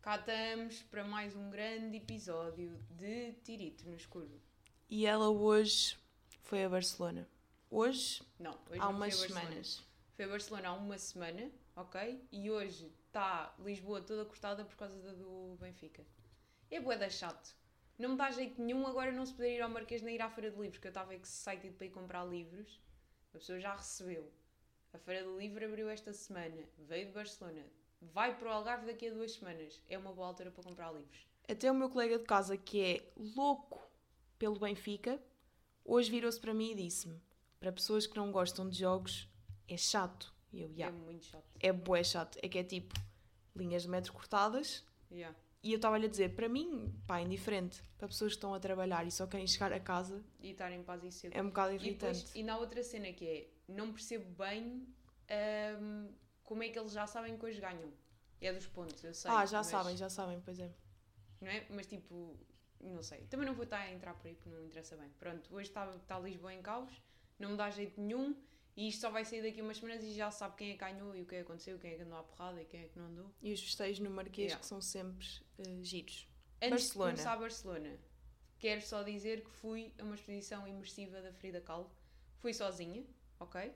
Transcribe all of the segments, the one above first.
Cá estamos para mais um grande episódio de Tirito no Escuro. E ela hoje foi a Barcelona. Hoje? Não, hoje há não umas foi a Barcelona. semanas. Foi a Barcelona há uma semana, ok? E hoje está Lisboa toda cortada por causa do Benfica. É bué da chato. Não me dá jeito nenhum agora não se poder ir ao Marquês nem ir à Feira de Livros, que eu estava excited para ir comprar livros. A pessoa já recebeu. A Feira do Livro abriu esta semana. Veio de Barcelona. Vai para o Algarve daqui a 2 semanas. É uma boa altura para comprar livros. Até o meu colega de casa, que é louco pelo Benfica, hoje virou-se para mim e disse-me: para pessoas que não gostam de jogos, é chato. E eu, É muito chato. É bué chato. É que é tipo linhas de metro cortadas. Yeah. E eu estava-lhe a dizer, para mim, pá, é indiferente. Para pessoas que estão a trabalhar e só querem chegar a casa, E estar em paz e cedo. é um bocado E irritante. depois, ainda há outra cena que é, não percebo bem como é que eles já sabem que hoje ganham. É dos pontos, eu sei. Já sabem, pois é. Não é? Mas tipo, não sei. Também não vou estar a entrar por aí porque não me interessa bem. Pronto, hoje está Lisboa em caos, não me dá jeito nenhum e isto só vai sair daqui a umas semanas e já sabe quem é que ganhou e o que é que aconteceu, quem é que andou à porrada e quem é que não andou. E os festejos no Marquês que são sempre giros. Antes de começar a Barcelona, quero só dizer que fui a uma exposição imersiva da Frida Kahlo. Fui sozinha, ok?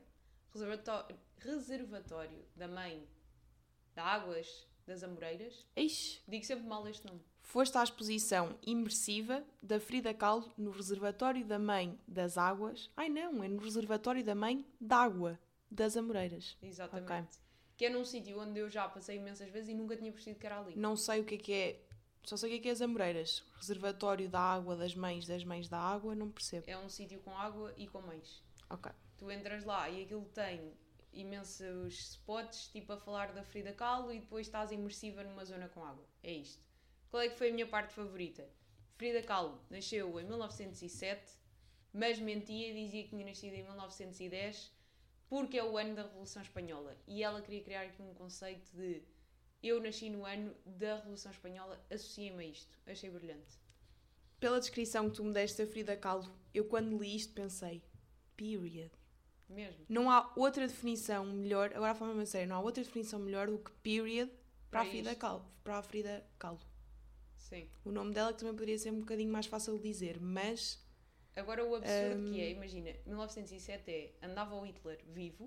Reservatório da Mãe da Águas das Amoreiras. Ixi. Digo sempre mal este nome. Foste à exposição imersiva da Frida Kahlo no Reservatório da Mãe das Águas. Ai não, é no Reservatório da Mãe d'Água das Amoreiras. Exatamente. Okay. Que é num sítio onde eu já passei imensas vezes e nunca tinha percebido que era ali. Não sei o que é. Só sei o que é as Amoreiras. Reservatório da Água das Mães da Água, não percebo. É um sítio com água e com mães. Ok. Tu entras lá e aquilo tem imensos spots, tipo a falar da Frida Kahlo, e depois estás imersiva numa zona com água. É isto. Qual é que foi a minha parte favorita? Frida Kahlo nasceu em 1907, mas mentia e dizia que tinha nascido em 1910 porque é o ano da Revolução Espanhola. E ela queria criar aqui um conceito de eu nasci no ano da Revolução Espanhola, associei-me a isto. Achei brilhante. Pela descrição que tu me deste da Frida Kahlo, eu quando li isto pensei, period. Mesmo. Não há outra definição melhor, agora falando mesmo a sério, não há outra definição melhor do que period para a Frida Kahlo. Sim. O nome dela que também poderia ser um bocadinho mais fácil de dizer, mas... Agora o absurdo que é, imagina, 1907 andava o Hitler vivo,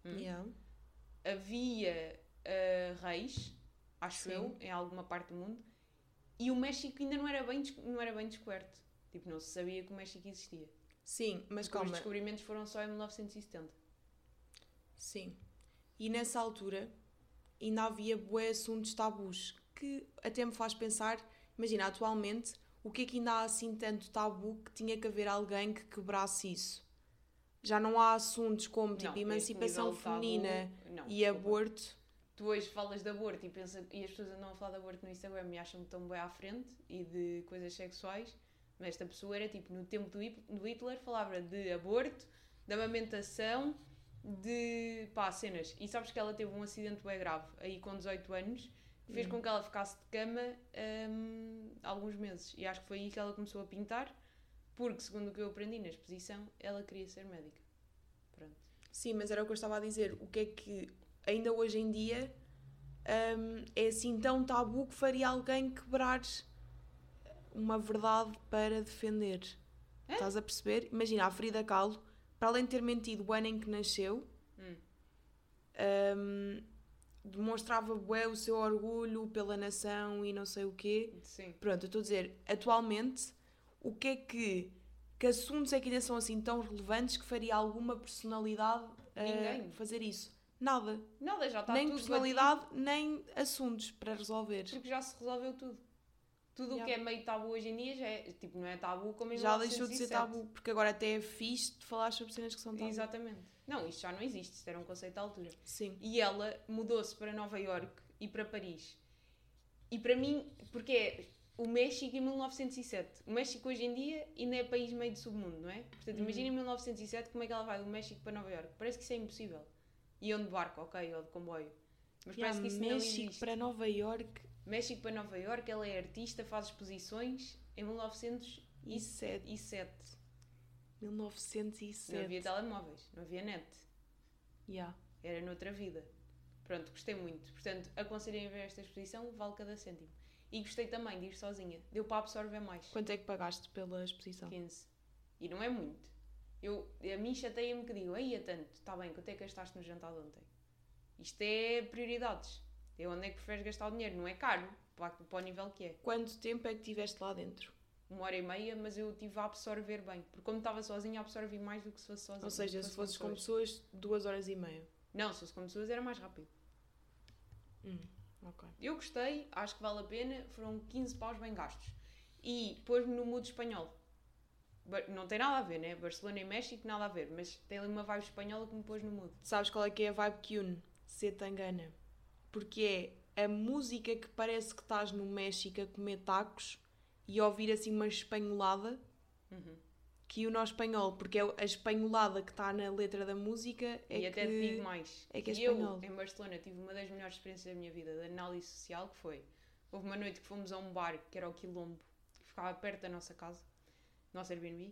havia reis, acho eu, em alguma parte do mundo, e o México ainda não era bem descoberto. Tipo, não se sabia que o México existia. Sim, mas porque calma. Os descobrimentos foram só em 1970. Sim. E nessa altura ainda havia bué assuntos tabus que até me faz pensar, imagina, atualmente, o que é que ainda há assim tanto tabu que tinha que haver alguém que quebrasse isso? Já não há assuntos como tipo emancipação feminina e aborto. Tu hoje falas de aborto e as pessoas andam a falar de aborto no Instagram e acham-me tão bem à frente e de coisas sexuais, mas esta pessoa era tipo, no tempo do Hitler falava de aborto, de amamentação, de cenas. E sabes que ela teve um acidente bem grave aí com 18 anos que fez com que ela ficasse de cama alguns meses. E acho que foi aí que ela começou a pintar, porque, segundo o que eu aprendi na exposição, ela queria ser médica. Pronto. Sim, mas era o que eu estava a dizer. O que é que ainda hoje em dia é assim tão tabu que faria alguém quebrar uma verdade para defender? Estás a perceber? Imagina, a Frida Kahlo, para além de ter mentido o ano em que nasceu, demonstrava bué o seu orgulho pela nação e não sei o quê. Sim. Pronto, eu estou a dizer, atualmente, o que é que assuntos é que ainda são assim tão relevantes que faria alguma personalidade fazer isso? Nada. Nada, já está nem tudo personalidade, nem assuntos para resolver. Porque já se resolveu tudo. Tudo o que é meio tabu hoje em dia já é, tipo, não é tabu como em 1907. Já deixou de ser tabu, porque agora até é fixe de falar sobre cenas que são tabu. Exatamente. Não, isto já não existe, isto era um conceito da altura. Sim. E ela mudou-se para Nova Iorque e para Paris. E para mim, porque é o México em 1907. O México hoje em dia ainda é país meio de submundo, não é? Portanto, imagina em 1907 como é que ela vai do México para Nova Iorque. Parece que isso é impossível. Iam de barco, ok, ou de comboio. Mas parece que isso não existe. México para Nova Iorque. México para Nova Iorque, ela é artista, faz exposições em 1907. 1907. Não havia telemóveis, não havia net. Yeah. Era noutra vida. Pronto, gostei muito. Portanto, aconselho a ver esta exposição, vale cada cêntimo. E gostei também de ir sozinha. Deu para absorver mais. Quanto é que pagaste pela exposição? 15. E não é muito. A mim chateia-me que digo, aí é tanto, está bem, quanto é que gastaste no jantar de ontem? Isto é prioridades. É onde é que preferes gastar o dinheiro. Não é caro, para o nível que é. Quanto tempo é que estiveste lá dentro? 1h30, mas eu estive a absorver bem. Porque como estava sozinha, absorvi mais do que se fosse sozinha. Ou seja, se fosses com pessoas, 2h30. Não, se fosse com pessoas era mais rápido. Ok. Eu gostei, acho que vale a pena. Foram 15 paus bem gastos. E pôs-me no mood espanhol. Não tem nada a ver, né? Barcelona e México, nada a ver. Mas tem ali uma vibe espanhola que me pôs no mood. Sabes qual é que é a vibe que une? Zetangana. Porque é a música que parece que estás no México a comer tacos e a ouvir assim uma espanholada que une ao espanhol. Porque é a espanholada que está na letra da música é e até te digo mais. É que é Eu, espanhol. em Barcelona, tive uma das melhores experiências da minha vida de análise social, que foi... Houve uma noite que fomos a um bar, que era o Quilombo, que ficava perto da nossa casa, nosso Airbnb,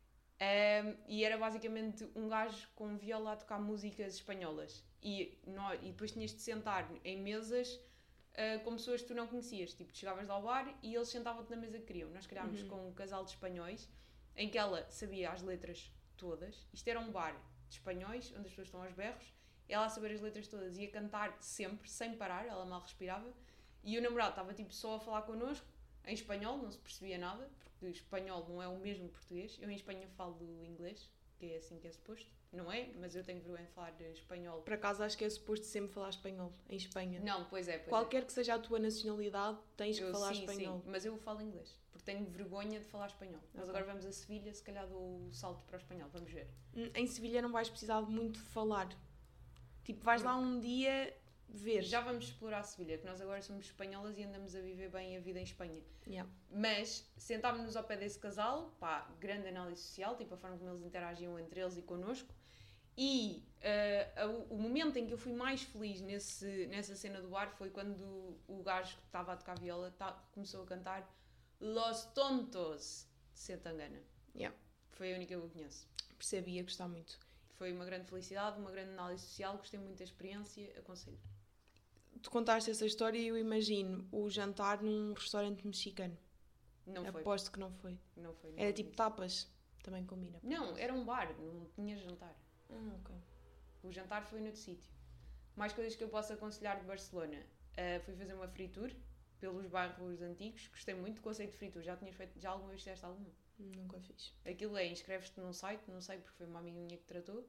e era basicamente um gajo com viola a tocar músicas espanholas. E depois tinhas de sentar em mesas com pessoas que tu não conhecias. Tipo, tu chegavas lá ao bar e eles sentavam-te na mesa que queriam. Nós calhámos com um casal de espanhóis, em que ela sabia as letras todas. Isto era um bar de espanhóis, onde as pessoas estão aos berros. Ela a saber as letras todas e a cantar sempre, sem parar, ela mal respirava. E o namorado estava tipo só a falar connosco, em espanhol, não se percebia nada, porque espanhol não é o mesmo português. Eu em Espanha falo inglês, que é assim que é suposto. Não é, mas eu tenho vergonha de falar espanhol. Por acaso acho que é suposto sempre falar espanhol em Espanha. Não, pois é. Qualquer que seja a tua nacionalidade, tens que falar espanhol. Sim, mas eu falo inglês, porque tenho vergonha de falar espanhol. Mas agora vamos a Sevilha, se calhar dou o salto para o espanhol, vamos ver. Em Sevilha não vais precisar de muito falar. Tipo, vais lá um dia ver. Já vamos explorar Sevilha, que nós agora somos espanholas e andamos a viver bem a vida em Espanha. Yeah. Mas sentámos-nos ao pé desse casal, pá, grande análise social, tipo a forma como eles interagiam entre eles e connosco. E o momento em que eu fui mais feliz nessa cena do bar foi quando o gajo que estava a tocar viola começou a cantar Los Tontos de Zetangana. Yeah. Foi a única que eu conheço. Percebi, ia gostar muito. Foi uma grande felicidade, uma grande análise social, gostei muito da experiência, aconselho. Tu contaste essa história e eu imagino o jantar num restaurante mexicano. Não foi. Aposto que não foi. Não foi. Era tipo tapas, também combina. Não, era um bar, não tinha jantar. Ok. O jantar foi noutro sítio. Mais coisas que eu posso aconselhar de Barcelona. Fui fazer uma free tour pelos bairros antigos. Gostei muito do conceito de free tour. Já tinhas feito? Já alguma vez fizeste alguma? Nunca fiz. Aquilo é, inscreves-te num site, não sei porque foi uma amiga minha que tratou.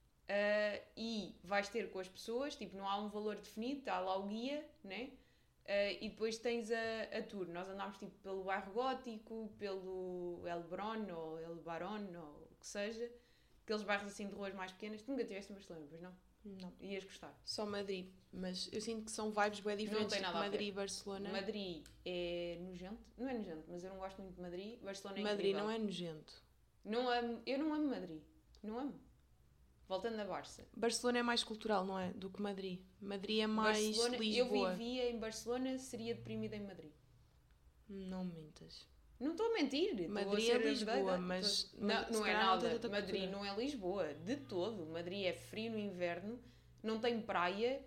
E vais ter com as pessoas, tipo, não há um valor definido, há lá o guia, né? E depois tens a tour. Nós andámos tipo pelo bairro gótico, pelo El Bron ou El Barón ou o que seja. Aqueles bairros assim de ruas mais pequenas. Tu nunca estiveste em Barcelona, pois não? Não. Ias gostar. Só Madrid. Mas eu sinto que são vibes bem diferentes. Não tem nada a ver. Madrid e Barcelona. Madrid é nojento. Não é nojento, mas eu não gosto muito de Madrid. Barcelona é Madrid incrível. não é nojento. Eu não amo Madrid. Não amo. Voltando a Barça. Barcelona é mais cultural, não é? Do que Madrid. Madrid é mais Barcelona, Lisboa. eu vivia em Barcelona, seria deprimida em Madrid. Não mintas. Não estou a mentir. Madrid é Lisboa, mas... Não é nada. Madrid não é Lisboa. De todo. Madrid é frio no inverno, não tem praia,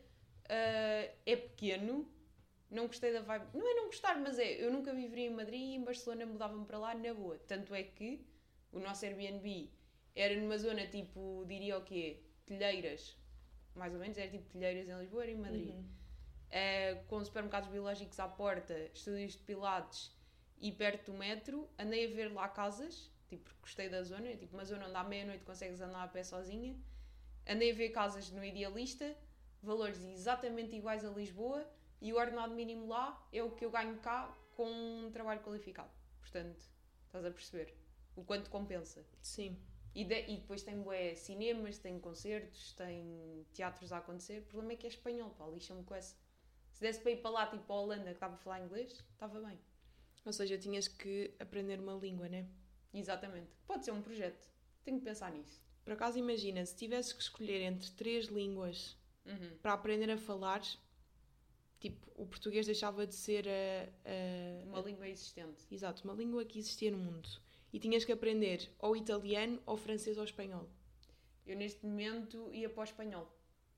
é pequeno. Não gostei da vibe. Não é não gostar, mas eu nunca viveria em Madrid e em Barcelona mudava-me para lá na boa. Tanto é que o nosso Airbnb era numa zona tipo, diria o quê? Telheiras. Mais ou menos, era tipo Telheiras em Lisboa, era em Madrid. Com supermercados biológicos à porta, estúdios de pilates e perto do metro. Andei a ver lá casas, tipo, gostei da zona. É tipo uma zona onde à meia-noite consegues andar a pé sozinha. Andei a ver casas no Idealista, valores exatamente iguais a Lisboa, e o ordenado mínimo lá é o que eu ganho cá com um trabalho qualificado. Portanto, estás a perceber o quanto compensa. Sim. E depois tem cinemas, tem concertos, tem teatros a acontecer. O problema é que é espanhol, pá, lixa-me com essa. Se desse para ir para lá, tipo a Holanda, que estava a falar inglês, estava bem. Ou seja, tinhas que aprender uma língua, né? Exatamente. Pode ser um projeto. Tenho que pensar nisso. Por acaso, imagina, se tivesses que escolher entre 3 línguas para aprender a falar, tipo, o português deixava de ser uma língua existente. Exato, uma língua que existia no mundo. E tinhas que aprender ou italiano, ou francês, ou espanhol. Eu, neste momento, ia para o espanhol.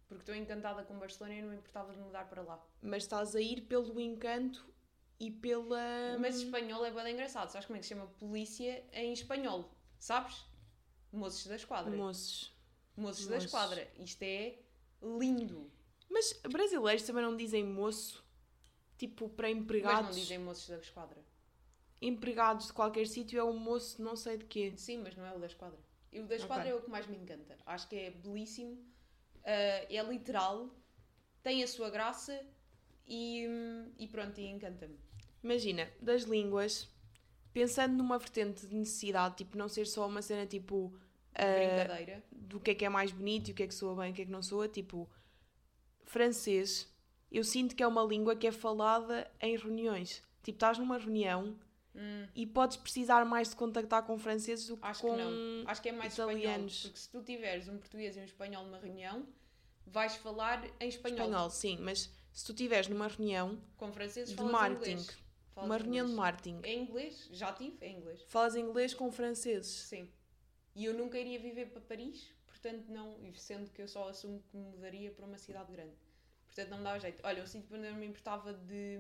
Porque estou encantada com Barcelona e não me importava de mudar para lá. Mas estás a ir pelo encanto e pela... Mas espanhol é bem engraçado. Sabes como é que se chama polícia em espanhol? Sabes? Moços da esquadra. Moços da esquadra. Isto é lindo. Mas brasileiros também não dizem moço? Tipo, para empregados? Mas não dizem moços da esquadra. Empregados de qualquer sítio é um moço não sei de quê. Sim, mas não é o da esquadra. E o da esquadra é o que mais me encanta. Acho que é belíssimo. É literal. Tem a sua graça. E pronto, e encanta-me. Imagina, das línguas, pensando numa vertente de necessidade, tipo, não ser só uma cena tipo... Brincadeira. Do que é mais bonito e o que é que soa bem e o que é que não soa, tipo... Francês, eu sinto que é uma língua que é falada em reuniões. Tipo, estás numa reunião e podes precisar mais de contactar com franceses do que Acho com que não. Acho que é mais italianos. espanhol. Porque se tu tiveres um português e um espanhol numa reunião, vais falar em espanhol. Espanhol, sim, mas se tu estiveres numa reunião Com franceses de falas marketing, inglês. Falas uma reunião de inglês. marketing, É inglês? Já tive, é inglês. falas inglês com franceses. Sim. E eu nunca iria viver para Paris, portanto não, e sendo que eu só assumo que me mudaria para uma cidade grande. Portanto não me dava jeito. Olha, o sítio onde eu me importava de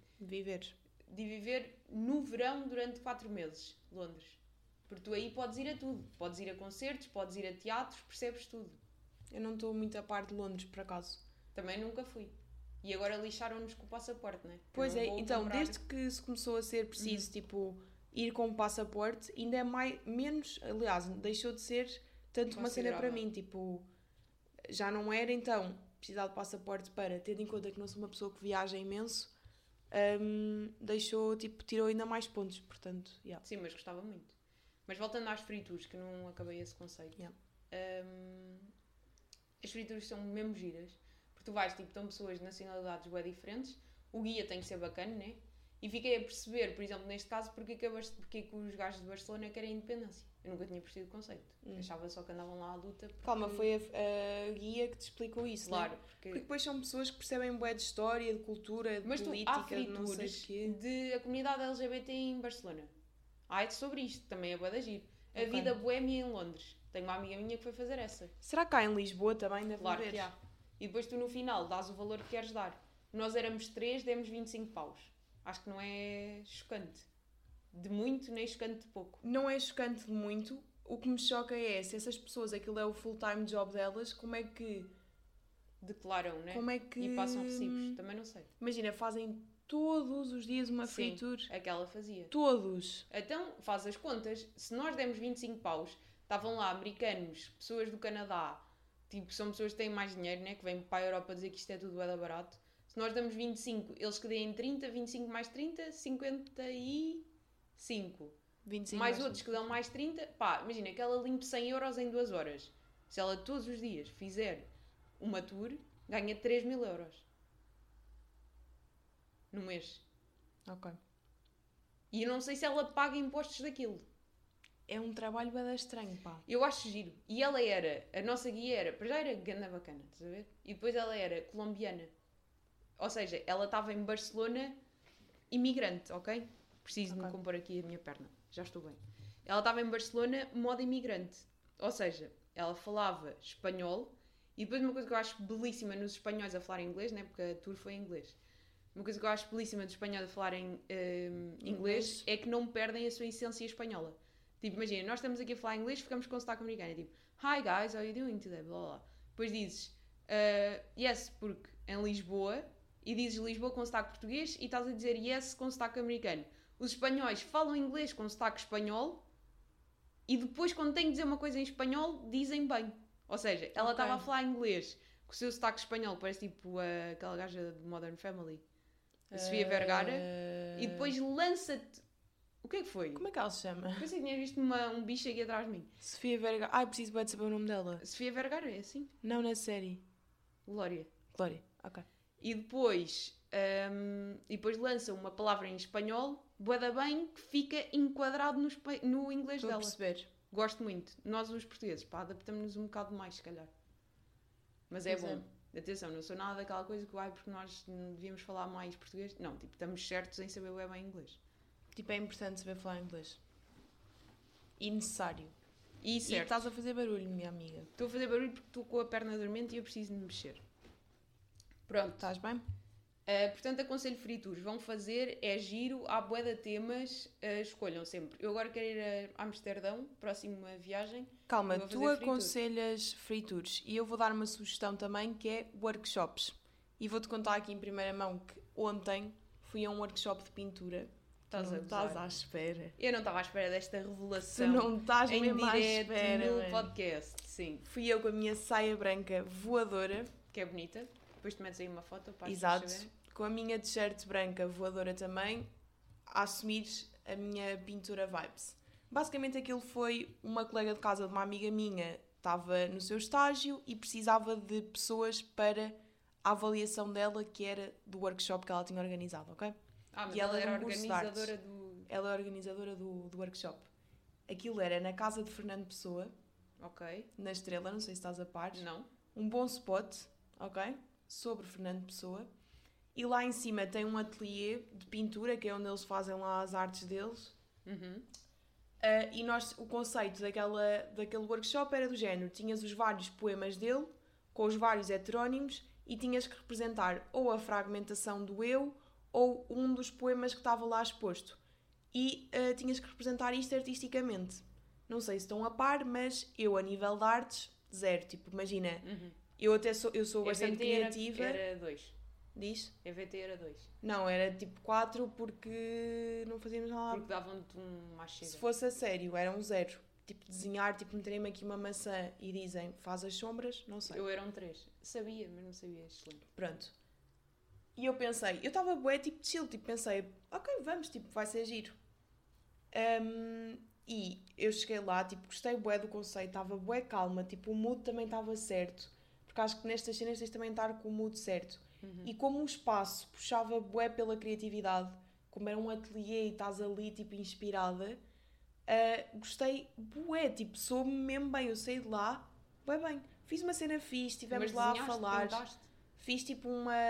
viver no verão durante 4 meses, Londres. Porque tu aí podes ir a tudo. Podes ir a concertos, podes ir a teatros, percebes tudo. Eu não estou muito a par de Londres, por acaso. Também nunca fui. E agora lixaram-nos com o passaporte, não é? Pois é, então, desde que se começou a ser preciso, tipo, ir com o passaporte, ainda é menos, aliás, deixou de ser tanto uma cena para mim, tipo, já não era, então, precisar de passaporte para, tendo em conta que não sou uma pessoa que viaja imenso, deixou, tipo, tirou ainda mais pontos, portanto, yeah. Sim, mas gostava muito. Mas voltando às frituras, que eu não acabei esse conceito. Yeah. As frituras são mesmo giras. Porque tu vais, tipo, estão pessoas de nacionalidades bem diferentes. O guia tem que ser bacana, né? E fiquei a perceber, por exemplo, neste caso, porque que os gajos de Barcelona querem independência. Eu nunca tinha percebido o conceito. Achava só que andavam lá à luta. Porque... Calma, foi a guia que te explicou isso, claro, né? Porque depois são pessoas que percebem bué de história, de cultura, de mas política, há de não sei de quê. de a comunidade LGBT em Barcelona. É sobre isto, também é bué de agir. A Ok. vida boémia em Londres. Tenho uma amiga minha que foi fazer essa. Será que cá em Lisboa também deve Claro haver? que há. E depois tu no final dás o valor que queres dar. Nós éramos 3, demos 25 paus. Acho que não é chocante. De muito, nem chocante de pouco. Não é chocante de muito. O que me choca é se essas pessoas, aquilo é o full-time job delas, como é que... Declaram, né? Como é que... E passam recibos. Também não sei. Imagina, fazem todos os dias uma Sim, fritura. aquela fazia. Todos. Então, faz as contas. Se nós demos 25 paus, estavam lá americanos, pessoas do Canadá, tipo, são pessoas que têm mais dinheiro, né? Que vêm para a Europa dizer que isto é tudo bué da barato. Se nós damos 25, eles que deem 30, 25 mais 30, 55. 25 Mais outros que dão mais 30. Pá, imagina que ela limpe 100 euros em 2 horas. Se ela todos os dias fizer uma tour, ganha 3.000 euros. No mês. Ok. E eu não sei se ela paga impostos daquilo. É um trabalho bem estranho, pá. Eu acho giro. E ela era, a nossa guia era, para já era ganda bacana, estás a ver? E depois ela era colombiana. Ou seja, ela estava em Barcelona imigrante, ok? Preciso de me compor aqui a minha perna. Já estou bem. Ela estava em Barcelona modo imigrante. Ou seja, ela falava espanhol. E depois uma coisa que eu acho belíssima nos espanhóis a falar inglês, né? Porque a tour foi em inglês. Uma coisa que eu acho belíssima dos espanhóis a falar em inglês é que não perdem a sua essência espanhola. Tipo, imagina, nós estamos aqui a falar inglês, ficamos com sotaque americano. É tipo, hi guys, how are you doing today? Blá, blá, blá. Depois dizes, yes, porque em Lisboa, e dizes Lisboa com sotaque português, e estás a dizer yes com sotaque americano. Os espanhóis falam inglês com sotaque espanhol, e depois, quando têm de dizer uma coisa em espanhol, dizem bem. Ou seja, ela estava a falar inglês com o seu sotaque espanhol, parece tipo aquela gaja de Modern Family, a Sofia Vergara, e depois lança-te. O que é que foi? Como é que ela se chama? Pensei que tinha visto um bicho aqui atrás de mim. Sofia Vergara. Ai, preciso bem de saber o nome dela. Sofia Vergara, é assim? Não na série. Glória. Glória, ok. E depois lança uma palavra em espanhol, bué da bem, que fica enquadrado no inglês Estou dela. a perceber. Gosto muito. Nós, os portugueses, pá, adaptamos-nos um bocado mais, se calhar. Mas é bom. Atenção, não sou nada daquela coisa que porque nós devíamos falar mais português. Não, tipo, estamos certos em saber bem inglês. Tipo, é importante saber falar inglês. E necessário. E certo. estás a fazer barulho, minha amiga. Estou a fazer barulho porque estou com a perna dormente e eu preciso de me mexer. Pronto. Estás bem? Portanto, aconselho free tours. Vão fazer, é giro, há bué de temas, escolham sempre. Eu agora quero ir a Amsterdão, próxima viagem. Calma, Vou tu fazer free aconselhas free tours e eu vou dar uma sugestão também que é workshops. E vou-te contar aqui em primeira mão que ontem fui a um workshop de pintura. Estás a Estás gozar. à espera. Eu não estava à espera desta Tu revelação não estás em mesmo à direto espera, no mano. podcast. Sim, Fui eu com a minha saia branca voadora. que é bonita. Depois te metes aí uma foto para as Exato. pessoas saberem. Com a minha t-shirt branca voadora também, a assumir a minha pintura vibes. Basicamente aquilo foi uma colega de casa de uma amiga minha, estava no seu estágio e precisava de pessoas para a avaliação dela, que era do workshop que ela tinha organizado, ok? Ah, mas E ela ela era era um curso de artes. organizadora do... Ela é organizadora do workshop. Aquilo era na casa de Fernando Pessoa, Ok, na Estrela, não sei se estás a par. não. Um bom spot, ok? Sobre Fernando Pessoa. E lá em cima tem um ateliê de pintura, que é onde eles fazem lá as artes deles. Uhum. E o conceito daquele workshop era do género. Tinhas os vários poemas dele, com os vários heterónimos, e tinhas que representar ou a fragmentação do eu, ou um dos poemas que estava lá exposto. E tinhas que representar isto artisticamente. Não sei se estão a par, mas eu, a nível de artes, zero. Tipo, imagina, eu sou bastante criativa. Era 2. Diz? EVT era 2. Não, era tipo 4 porque não fazíamos nada. Porque davam-te um mais chega. Se fosse a sério, era um 0. Tipo, desenhar, tipo, meterem-me aqui uma maçã e dizem, faz as sombras, não sei. Eu era um 3. Sabia, mas não sabia. Excelente. Pronto. E eu pensei, eu estava bué, tipo, de chill, tipo, pensei, ok, vamos, tipo, vai ser giro. E eu cheguei lá, tipo, gostei bué do conceito, estava bué calma, tipo, o mood também estava certo. Porque acho que nestas cenas tens também de estar com o mood certo. E como o espaço puxava bué pela criatividade, como era um ateliê e estás ali, tipo, inspirada, gostei bué, tipo, soube mesmo bem. Eu saí de lá, bué bem. Fiz uma cena fixe, estivemos lá a falar. Fiz, tipo,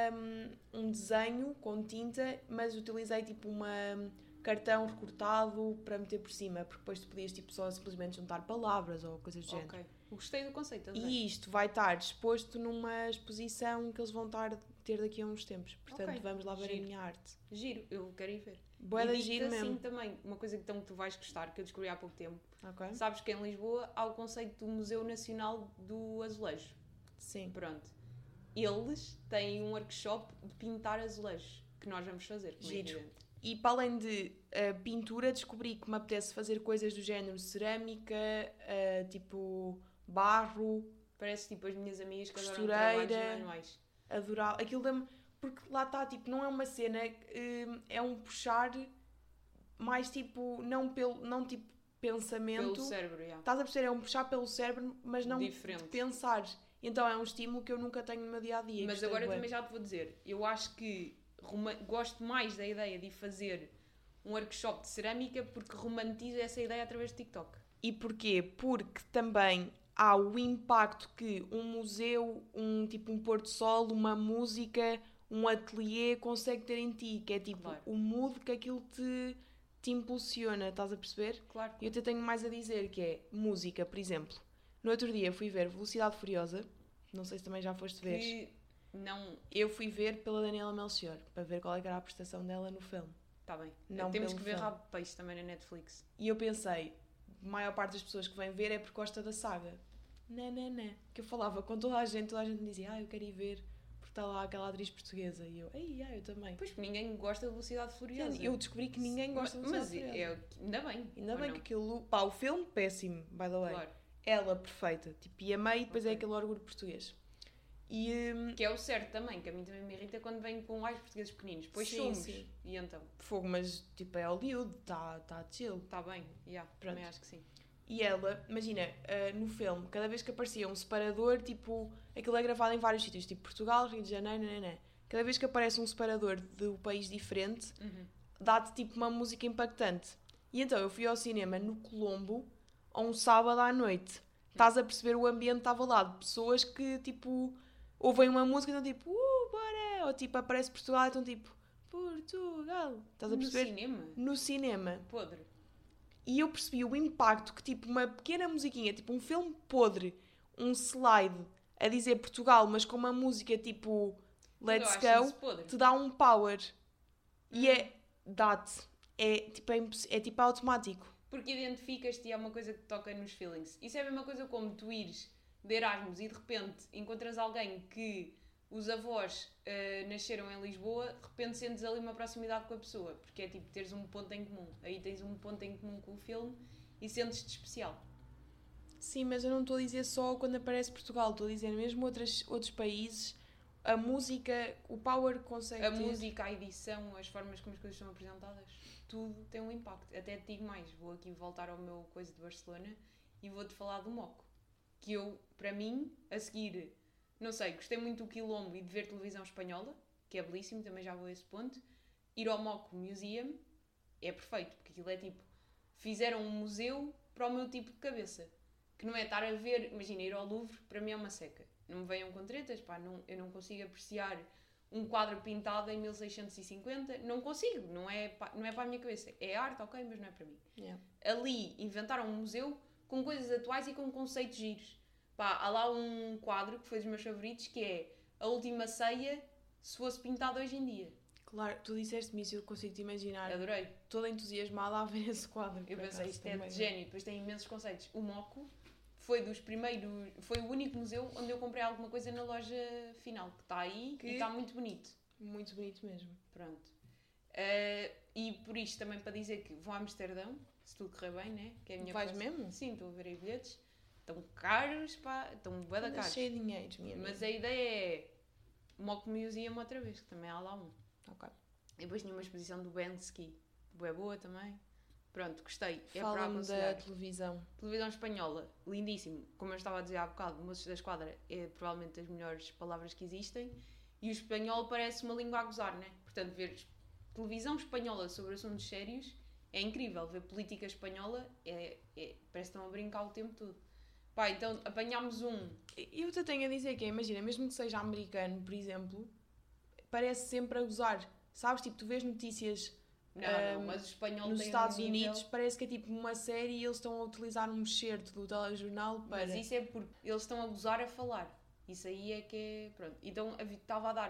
um desenho com tinta, mas utilizei, tipo, cartão recortado para meter por cima, porque depois tu podias, tipo, só simplesmente juntar palavras ou coisas do género. Ok. Gostei do conceito. E isto vai estar exposto numa exposição que eles vão ter daqui a uns tempos. Portanto, Ok. vamos lá ver Giro. a minha arte. Giro, eu quero ir ver. Bué da E giro digo-te assim mesmo. também, uma coisa que então tu vais gostar, que eu descobri há pouco tempo. Ok? Sabes que em Lisboa há o conceito do Museu Nacional do Azulejo. Sim. Pronto. Eles têm um workshop de pintar azulejos, que nós vamos fazer. Como é Giro. evidente. E para além de pintura, descobri que me apetece fazer coisas do género cerâmica, tipo barro, Parece tipo as minhas amigas que adoram costureira. trabalhos manuais. adorar. Aquilo dá-me. Porque lá está, tipo, não é uma cena, é um puxar mais tipo, não tipo pensamento. Pelo cérebro, já. Estás a perceber? É um puxar pelo cérebro, mas não Diferente. de pensar. Então é um estímulo que eu nunca tenho no meu dia a dia. Mas agora eu também já te vou dizer, eu acho que gosto mais da ideia de ir fazer um workshop de cerâmica porque romantizo essa ideia através de TikTok. E porquê? Porque também há o impacto que um museu, um pôr do sol, uma música, um ateliê consegue ter em ti, que é tipo Claro. o mood que aquilo te impulsiona, estás a perceber? Claro. E eu até tenho mais a dizer, que é música, por exemplo. No outro dia fui ver Velocidade Furiosa, não sei se também já foste ver. Que não... Eu fui ver pela Daniela Melchior, para ver qual é que era a prestação dela no filme. Está bem. Não Temos pelo que ver filme. Rabo de Peixe também na Netflix. E eu pensei, a maior parte das pessoas que vêm ver é porque gosta da saga. Não. Que eu falava com toda a gente me dizia, eu quero ir ver, porque está lá aquela atriz portuguesa. E eu, eu também. Pois, ninguém gosta de Velocidade Furiosa. Eu descobri que ninguém gosta de Mas Velocidade Furiosa. ainda bem. Ainda ou bem não? que aquilo... Pá, o filme, péssimo, by the way. Claro. Ela, perfeita. Tipo, e amei, e depois é Ok. aquele orgulho português. E... Que é o certo também, que a mim também me irrita quando vem com mais portugueses pequeninos. Pois Sim, somos. sim. E então? Fogo, mas tipo, é Hollywood, está chill. Está bem. Também acho que sim. E ela, imagina, no filme, cada vez que aparecia um separador, tipo, aquilo é gravado em vários sítios, tipo Portugal, Rio de Janeiro, Cada vez que aparece um separador de um país diferente, dá-te tipo uma música impactante. E então eu fui ao cinema no Colombo, a um sábado à noite. Estás a perceber, o ambiente estava lá, de pessoas que tipo, ouvem uma música e estão tipo, bora! Ou tipo, aparece Portugal e estão tipo, Portugal! Estás a perceber? No cinema? No cinema. Podre. E eu percebi o impacto que, tipo, uma pequena musiquinha, tipo, um filme podre, um slide a dizer Portugal, mas com uma música, tipo, Let's Go, te dá um power. E dá-te. É tipo automático. Porque identificas-te e é uma coisa que toca nos feelings. Isso é a mesma coisa como tu ires de Erasmus e de repente encontras alguém que os avós nasceram em Lisboa, de repente sentes ali uma proximidade com a pessoa, porque é tipo teres um ponto em comum. Aí tens um ponto em comum com o filme e sentes-te especial. Sim, mas eu não estou a dizer só quando aparece Portugal, estou a dizer mesmo outros países, a música, o power que consegue a ter. música, a edição, as formas como as coisas são apresentadas, tudo tem um impacto. Até te digo mais, vou aqui voltar ao meu coisa de Barcelona e vou-te falar do Moco. Que eu, para mim, a seguir, não sei, gostei muito do Quilombo e de ver televisão espanhola, que é belíssimo, também já vou a esse ponto. Ir ao Moco Museum é perfeito, porque aquilo é tipo, fizeram um museu para o meu tipo de cabeça. Que não é estar a ver, imagina, ir ao Louvre, para mim é uma seca. Não me venham com tretas, pá, eu não consigo apreciar um quadro pintado em 1650, não consigo, não é para a minha cabeça. É arte, ok, mas não é para mim. Yeah. Ali inventaram um museu com coisas atuais e com conceitos giros. Pá, há lá um quadro que foi dos meus favoritos, que é A Última Ceia se fosse pintado hoje em dia. Claro, tu disseste-me isso, eu consigo-te imaginar. Adorei. Toda entusiasmada a ver esse quadro. Eu pensei, isto é de gênio, depois tem imensos conceitos. O Moco foi o único museu onde eu comprei alguma coisa na loja final, que está aí e está muito bonito. Muito bonito mesmo. Pronto. E por isto também para dizer que vou a Amsterdão, se tudo correr bem, né? Que é a minha Vais mesmo? Sim, estou a ver aí bilhetes. Estão caros, pá, estão bué da caros. Cheio de dinheiro, minha Mas amiga. a ideia é Moco Museum outra vez, que também há lá um. Ok. E depois tinha uma exposição do Banksy, bué boa também. Pronto, gostei. Fala-me da televisão. Televisão espanhola, lindíssimo. Como eu estava a dizer há bocado, Moços da Esquadra é provavelmente das melhores palavras que existem. E o espanhol parece uma língua a gozar, né? Portanto, ver televisão espanhola sobre assuntos sérios é incrível. Ver política espanhola parece que estão a brincar o tempo todo. Pá, então apanhámos um. Eu te tenho a dizer que, imagina, mesmo que seja americano, por exemplo, parece sempre a gozar. Sabes, tipo, tu vês notícias... Não, mas o espanhol nos tem Estados nível... Unidos parece que é tipo uma série e eles estão a utilizar um excerto do telejornal para... Mas isso é porque eles estão a gozar a falar. Isso aí é que é... Pronto. Então estava a dar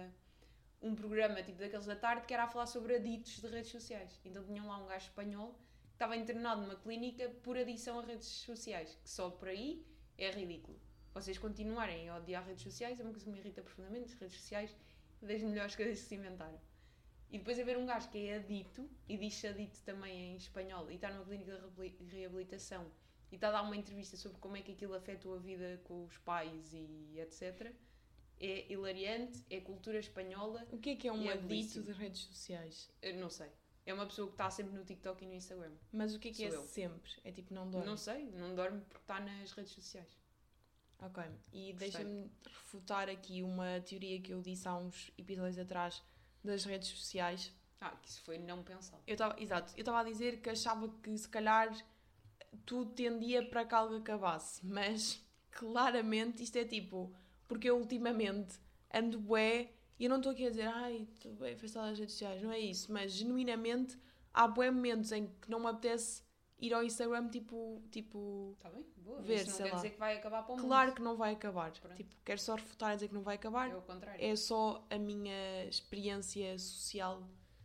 um programa tipo daqueles da tarde que era a falar sobre aditos de redes sociais. Então tinham lá um gajo espanhol que estava internado numa clínica por adição a redes sociais. Que só por aí é ridículo. Vocês continuarem a odiar redes sociais é uma coisa que me irrita profundamente. As redes sociais é das melhores coisas que se inventaram. E depois haver um gajo que é adito, e diz-se adito também em espanhol, e está numa clínica de reabilitação, e está a dar uma entrevista sobre como é que aquilo afetou a vida com os pais e etc. É hilariante, é cultura espanhola. O que é um adito de redes sociais? Eu não sei. É uma pessoa que está sempre no TikTok e no Instagram. Mas o que é sempre? É tipo, não dorme? Não sei, não dorme porque está nas redes sociais. Ok. E deixa-me refutar aqui uma teoria que eu disse há uns episódios atrás das redes sociais. Que isso foi não pensado. Exato. Eu estava a dizer que achava que se calhar tudo tendia para que algo acabasse. Mas claramente isto é tipo... Porque eu ultimamente ando bué... E eu não estou aqui a dizer, estou bem afastada das redes sociais. Não é isso. Mas genuinamente há bué momentos em que não me apetece ir ao Instagram tipo Está bem, boa. Ver, isso não quer dizer que vai acabar para o mundo. Claro que não vai acabar. Pronto. Tipo, quero só refutar a dizer que não vai acabar. É o contrário. É só a minha experiência social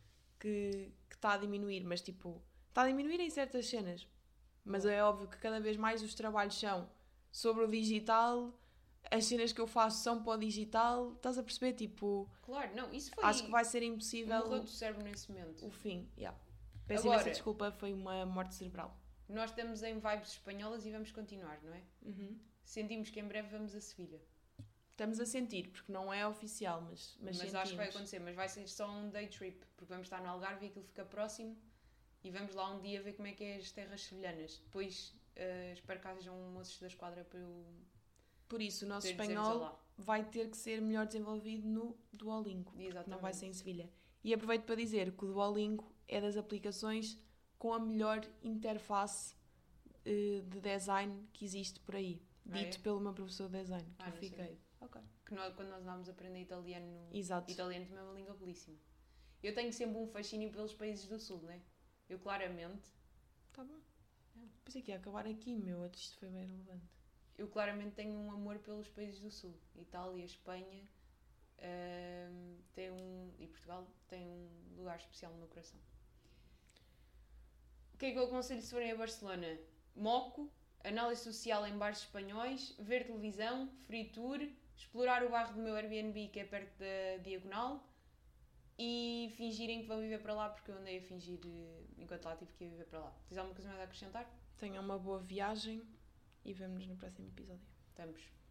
que está a diminuir. Mas tipo, está a diminuir em certas cenas. Mas é óbvio que cada vez mais os trabalhos são sobre o digital, as cenas que eu faço são para o digital. Estás a perceber? Tipo, claro, não, isso foi... acho que vai ser impossível... Morreu do cérebro nesse momento. O fim, Peço imensa desculpa, foi uma morte cerebral. Nós estamos em vibes espanholas e vamos continuar, não é? Uhum. Sentimos que em breve vamos a Sevilha. Estamos a sentir, porque não é oficial, mas acho que vai acontecer, mas vai ser só um day trip, porque vamos estar no Algarve e aquilo fica próximo e vamos lá um dia ver como é que é as terras sevilhanas. Depois espero que hajam moços da esquadra para eu... Por isso, o nosso espanhol vai ter que ser melhor desenvolvido no Duolingo. Exatamente. Não vai ser em Sevilha. E aproveito para dizer que o Duolingo é das aplicações com a melhor interface de design que existe por aí. Dito pelo meu professor de design. Que eu fiquei. Ok. Que quando nós andámos a aprender italiano... Exato. Italiano também é uma língua belíssima. Eu tenho sempre um fascínio pelos países do Sul, não é? Eu claramente... Tá bom. Pensei que ia acabar aqui, meu. Isto foi bem relevante. Eu claramente tenho um amor pelos países do Sul. Itália, Espanha, e Portugal tem um lugar especial no meu coração. O que é que eu aconselho se forem a Barcelona? Moco, análise social em bares espanhóis, ver televisão, free tour, explorar o bairro do meu Airbnb que é perto da Diagonal e fingirem que vão viver para lá, porque eu andei a fingir enquanto lá tive que ir viver para lá. Tens alguma coisa mais a acrescentar? Tenham uma boa viagem e vemo-nos no próximo episódio. Estamos.